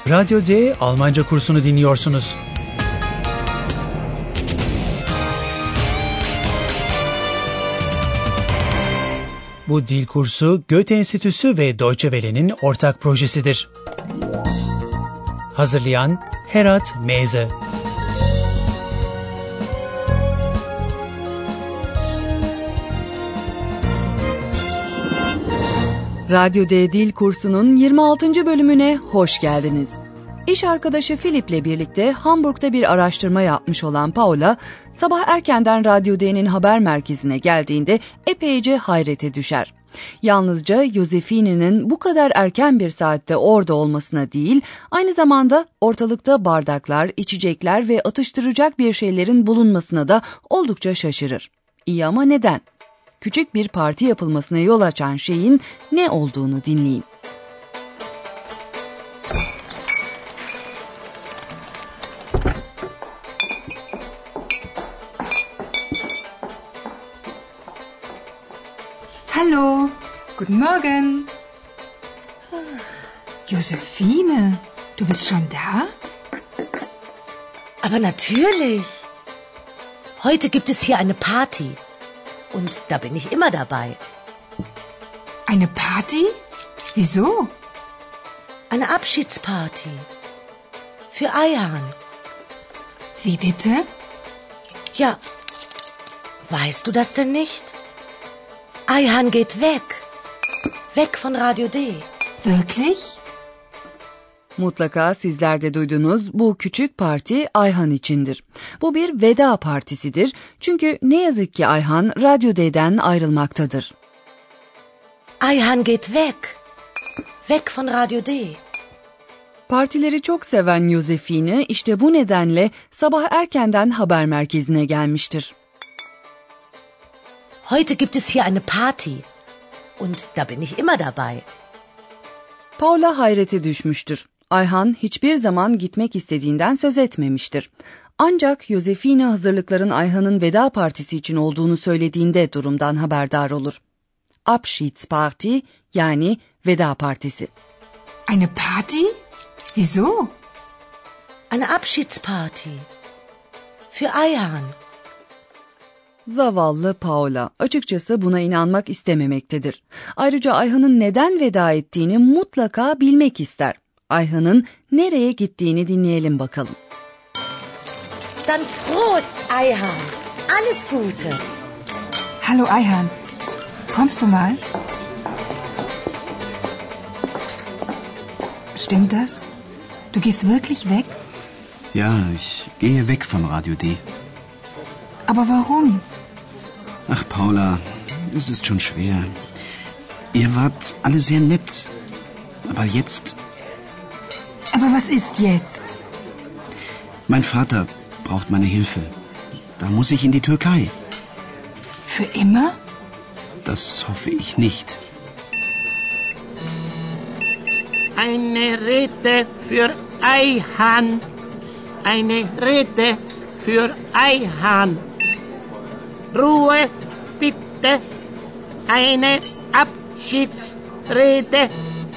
Radyo D Almanca kursunu dinliyorsunuz. Bu dil kursu Goethe Enstitüsü ve Deutsche Welle'nin ortak projesidir. Hazırlayan Herat Meze. Radyo D Dil Kursu'nun 26. bölümüne hoş geldiniz. İş arkadaşı Philip'le birlikte Hamburg'da bir araştırma yapmış olan Paula, sabah erkenden Radyo D'nin haber merkezine geldiğinde epeyce hayrete düşer. Yalnızca Josefine'nin bu kadar erken bir saatte orada olmasına değil, aynı zamanda ortalıkta bardaklar, içecekler ve atıştıracak bir şeylerin bulunmasına da oldukça şaşırır. İyi ama neden? Küçük bir parti yapılmasına yol açan şeyin ne olduğunu dinleyin. Hallo, guten Morgen. Josephine, du bist schon da? Aber natürlich. Heute gibt es hier eine Party. Und da bin ich immer dabei. Eine Party? Wieso? Eine Abschiedsparty. Für Ayhan. Wie bitte? Ja, weißt du das denn nicht? Ayhan geht weg. Weg von Radio D. Wirklich? Mutlaka sizler de duydunuz, bu küçük parti Ayhan içindir. Bu bir veda partisidir çünkü ne yazık ki Ayhan Radyo D'den ayrılmaktadır. Ayhan geht weg. Weg von Radio D. Partileri çok seven Josephine işte bu nedenle sabah erkenden haber merkezine gelmiştir. Heute gibt es hier eine Party. Und da bin ich immer dabei. Paula hayrete düşmüştür. Ayhan hiçbir zaman gitmek istediğinden söz etmemiştir. Ancak Josephine hazırlıkların Ayhan'ın veda partisi için olduğunu söylediğinde durumdan haberdar olur. Abschiedsparty yani veda partisi. Eine Party? Wieso? Eine Abschiedsparty. Für Ayhan. Zavallı Paula açıkçası buna inanmak istememektedir. Ayrıca Ayhan'ın neden veda ettiğini mutlaka bilmek ister. Ayhan'ın nereye gittiğini dinleyelim bakalım. Dann Prost, Ayhan. Alles Gute. Hallo Ayhan, kommst du mal? Stimmt das? Du gehst wirklich weg? Ja, ich gehe weg von Radio D. Aber warum? Ach, Paula, es ist schon schwer. Ihr wart alle sehr nett. Aber jetzt... Aber was ist jetzt? Mein Vater braucht meine Hilfe. Da muss ich in die Türkei. Für immer? Das hoffe ich nicht. Eine Rede für Ayhan. Eine Rede für Ayhan. Ruhe, bitte. Eine Abschiedsrede.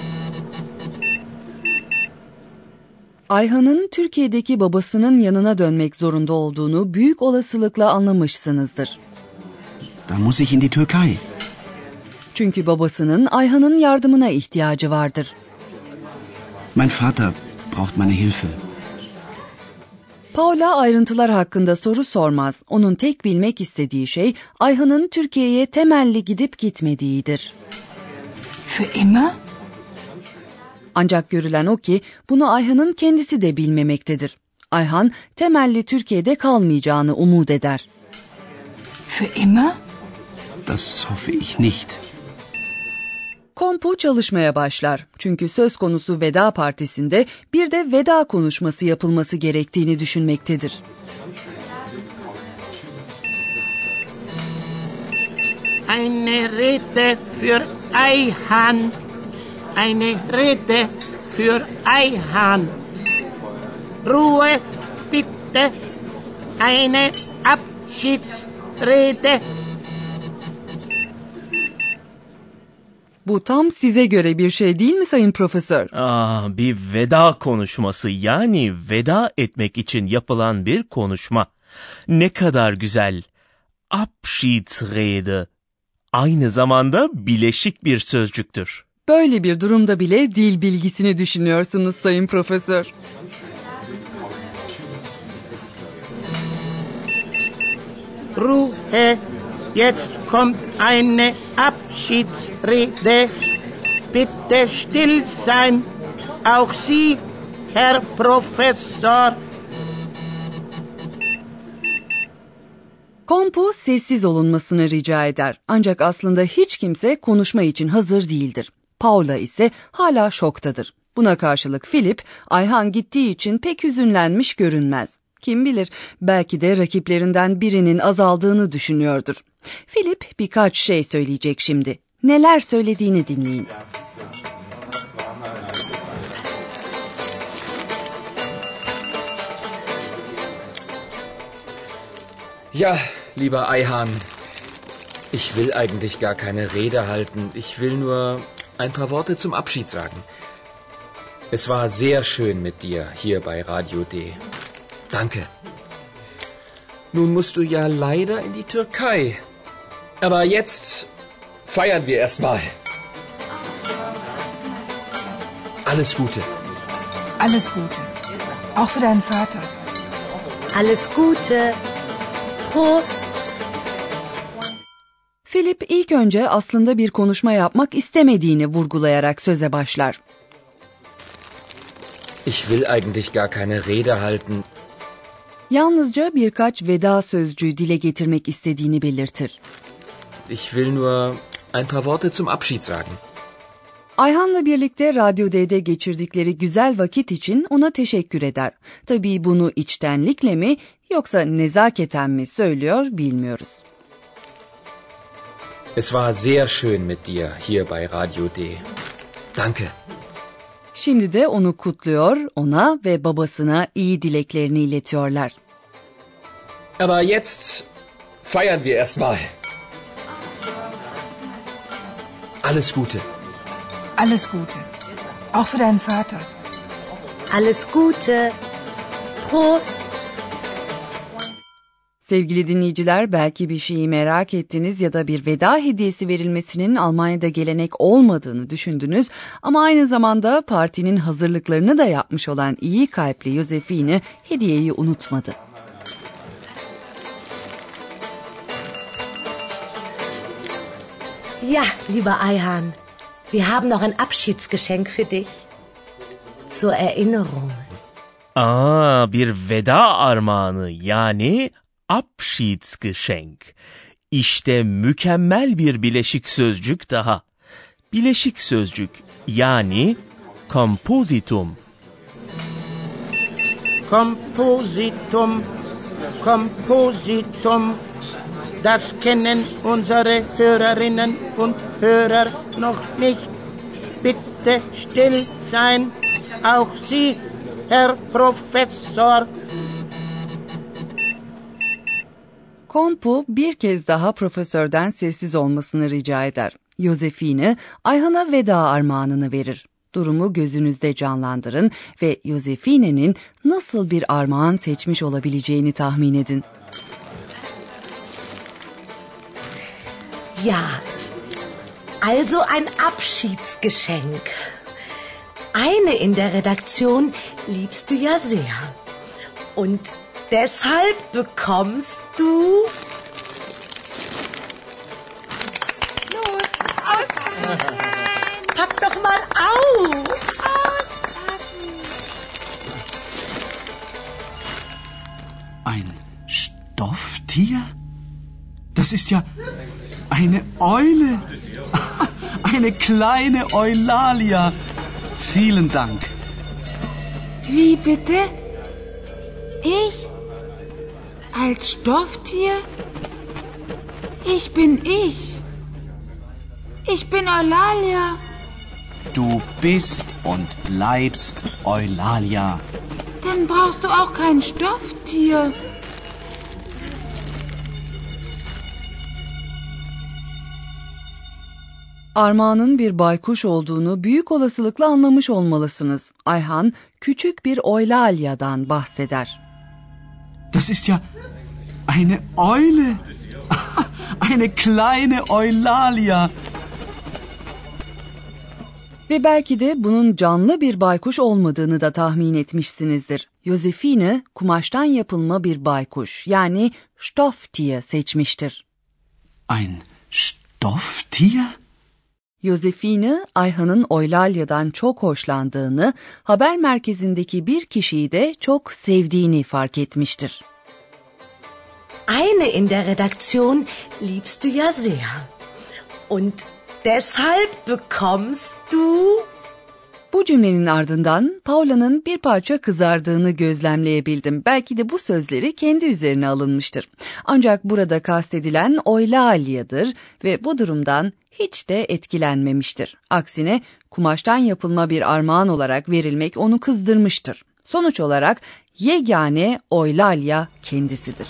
Ayhan'ın Türkiye'deki babasının yanına dönmek zorunda olduğunu büyük olasılıkla anlamışsınızdır. Da muss ich in die Türkei. Çünkü babasının Ayhan'ın yardımına ihtiyacı vardır. Mein Vater braucht meine Hilfe. Paula ayrıntılar hakkında soru sormaz. Onun tek bilmek istediği şey Ayhan'ın Türkiye'ye temelli gidip gitmediğidir. Für immer? Ancak görülen o ki bunu Ayhan'ın kendisi de bilmemektedir. Ayhan temelli Türkiye'de kalmayacağını umut eder. Für immer? Das hoffe ich nicht. Kompu çalışmaya başlar. Çünkü söz konusu veda partisinde bir de veda konuşması yapılması gerektiğini düşünmektedir. Eine Rede für Ayhan. Eine Rede für Ayhan. Ruhe, bitte. Eine Abschiedsrede. Bu tam size göre bir şey değil mi Sayın Profesör? Bir veda konuşması, yani veda etmek için yapılan bir konuşma. Ne kadar güzel. Abschiedsrede. Aynı zamanda bileşik bir sözcüktür. Böyle bir durumda bile dil bilgisini düşünüyorsunuz Sayın Profesör. Ruhe, jetzt kommt eine Abschiedsrede. Bitte still sein, auch Sie, Herr Professor. Kompu sessiz olunmasını rica eder. Ancak aslında hiç kimse konuşma için hazır değildir. Paula ise hala şoktadır. Buna karşılık Philip, Ayhan gittiği için pek hüzünlenmiş görünmez. Kim bilir, belki de rakiplerinden birinin azaldığını düşünüyordur. Philip birkaç şey söyleyecek şimdi. Neler söylediğini dinleyin. Ja, lieber Ayhan, ich will eigentlich gar keine Rede halten. Ich will nur ein paar Worte zum Abschied sagen. Es war sehr schön mit dir hier bei Radio D. Danke. Nun musst du ja leider in die Türkei. Aber jetzt feiern wir erstmal. Alles Gute. Alles Gute. Auch für deinen Vater. Alles Gute. Prost. Philip ilk önce aslında bir konuşma yapmak istemediğini vurgulayarak söze başlar. Ich will eigentlich gar keine Rede halten. Yalnızca birkaç veda sözcüğü dile getirmek istediğini belirtir. Ich will nur ein paar Worte zum Abschied sagen. Ayhan'la birlikte Radyo D'de geçirdikleri güzel vakit için ona teşekkür eder. Tabii bunu içtenlikle mi yoksa nezaketen mi söylüyor bilmiyoruz. Es war sehr schön mit dir hier bei Radio D. Danke. Şimdi de onu kutluyor, ona ve babasına iyi dileklerini iletiyorlar. Aber jetzt feiern wir erstmal. Alles Gute. Alles Gute. Auch für deinen Vater. Alles Gute. Prost. Sevgili dinleyiciler, belki bir şeyi merak ettiniz ya da bir veda hediyesi verilmesinin Almanya'da gelenek olmadığını düşündünüz ama aynı zamanda partinin hazırlıklarını da yapmış olan iyi kalpli Josephine hediyeyi unutmadı. Ja, lieber Ayhan, wir haben noch ein Abschiedsgeschenk für dich. Zur Erinnerung. Bir veda armağanı, yani Abschiedsgeschenk. İşte mükemmel bir bileşik sözcük daha. Bileşik sözcük, yani Kompositum. Kompositum, Kompositum. Das kennen unsere Hörerinnen und Hörer noch nicht. Bitte still sein, auch Sie, Herr Professor. Kompu bir kez daha profesörden sessiz olmasını rica eder. Josephine, Ayhan'a veda armağanını verir. Durumu gözünüzde canlandırın ve Josephine'nin nasıl bir armağan seçmiş olabileceğini tahmin edin. Ja, also ein Abschiedsgeschenk. Eine in der Redaktion liebst du ja sehr. Und deshalb bekommst du... Los, auspacken! Pack doch mal aus! Auspacken! Ein Stofftier? Das ist ja eine Eule. Eine kleine Eulalia. Vielen Dank. Wie bitte? Ich? Als Stofftier? Ich bin ich. Ich bin Eulalia. Du bist und bleibst Eulalia. Dann brauchst du auch kein Stofftier. Armağanın bir baykuş olduğunu büyük olasılıkla anlamış olmalısınız. Ayhan küçük bir Eulalya'dan bahseder. Das ist ja eine Eule. Eine kleine Eulalia. Ve belki de bunun canlı bir baykuş olmadığını da tahmin etmişsinizdir. Josephine kumaştan yapılma bir baykuş yani Stofftier seçmiştir. Ein Stofftier? Josephine, Ayhan'ın Eulalya'dan çok hoşlandığını, haber merkezindeki bir kişiyi de çok sevdiğini fark etmiştir. Eine in der Redaktion liebst du ja sehr. Und deshalb bekommst du... Bu cümlenin ardından Paula'nın bir parça kızardığını gözlemleyebildim. Belki de bu sözleri kendi üzerine alınmıştır. Ancak burada kastedilen Eulalya'dır ve bu durumdan hiç de etkilenmemiştir. Aksine kumaştan yapılma bir armağan olarak verilmek onu kızdırmıştır. Sonuç olarak yegane Eulalya kendisidir.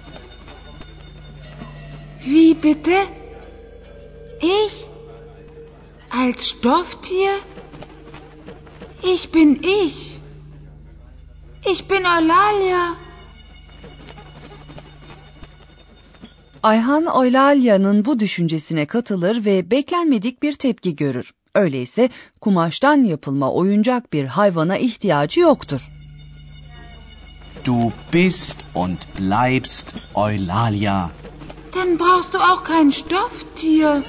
Wie bitte? Ich? Als Stofftier? Ich bin ich. Ich bin Eulalia. Ayhan Eulalya'nın bu düşüncesine katılır ve beklenmedik bir tepki görür. Öyleyse kumaştan yapılma oyuncak bir hayvana ihtiyacı yoktur. Du bist und bleibst Eulalia. Dann brauchst du auch kein Stofftier.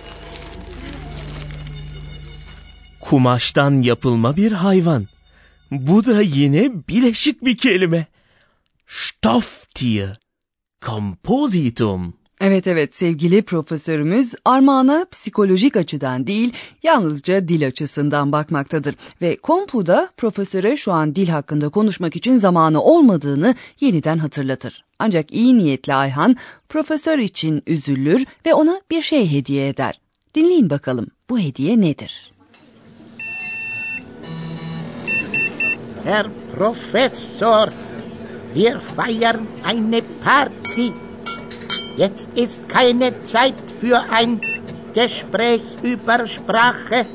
Kumaştan yapılma bir hayvan. Bu da yine bileşik bir kelime. Stofftier. Kompositum. Evet sevgili profesörümüz armağana psikolojik açıdan değil yalnızca dil açısından bakmaktadır. Ve Kompu'da profesöre şu an dil hakkında konuşmak için zamanı olmadığını yeniden hatırlatır. Ancak iyi niyetli Ayhan profesör için üzülür ve ona bir şey hediye eder. Dinleyin bakalım bu hediye nedir? Herr Professor, wir feiern eine Party. Jetzt ist keine Zeit für ein Gespräch über Sprache.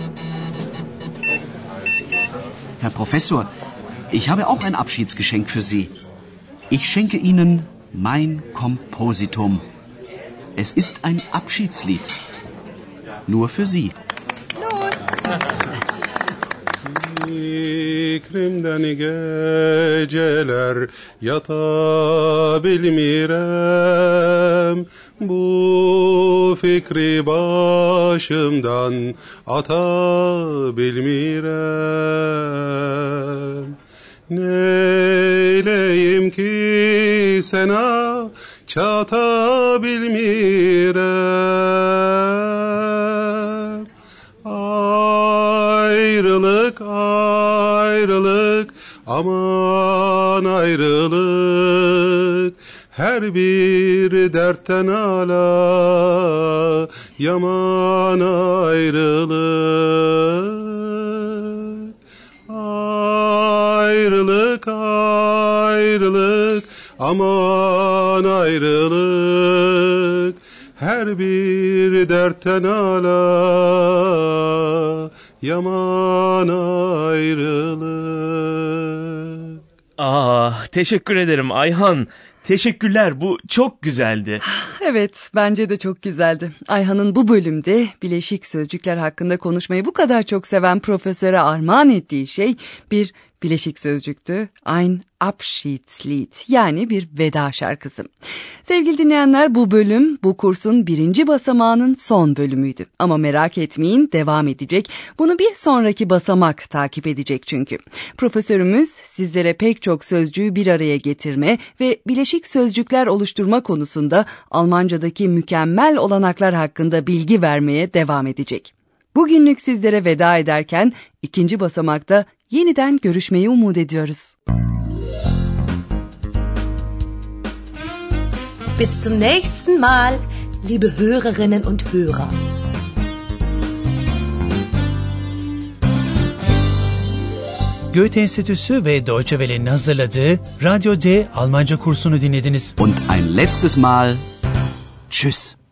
Herr Professor, ich habe auch ein Abschiedsgeschenk für Sie. Ich schenke Ihnen mein Kompositum. Es ist ein Abschiedslied. Nur für Sie. Fikrimden geceler yatabilmirem, bu fikri başımdan atabilmirem. Neyleyim ki sana çatabilmirem. Ayrılık, ayrılık, aman ayrılık. Her bir dertten ala, yaman ayrılık. Ayrılık, ayrılık, aman ayrılık. Her bir dertten ala, yaman ayrılık. Teşekkür ederim Ayhan. Teşekkürler, bu çok güzeldi. Evet, bence de çok güzeldi. Ayhan'ın bu bölümde bileşik sözcükler hakkında konuşmayı bu kadar çok seven profesöre armağan ettiği şey bir bileşik sözcüktü. Ein Abschiedslied, yani bir veda şarkısı. Sevgili dinleyenler, bu bölüm bu kursun 1. basamağının son bölümüydü. Ama merak etmeyin, devam edecek. Bunu bir sonraki basamak takip edecek çünkü. Profesörümüz sizlere pek çok sözcüğü bir araya getirme ve bileşik sözcükler oluşturma konusunda Almancadaki mükemmel olanaklar hakkında bilgi vermeye devam edecek. Bugünlük sizlere veda ederken 2. basamakta yeniden görüşmeyi umut ediyoruz. Bis zum nächsten Mal, liebe Hörerinnen und Hörer. Goethe Enstitüsü ve Deutsche Welle'nin hazırladığı Radyo D Almanca kursunu dinlediniz. Und ein letztes Mal, tschüss.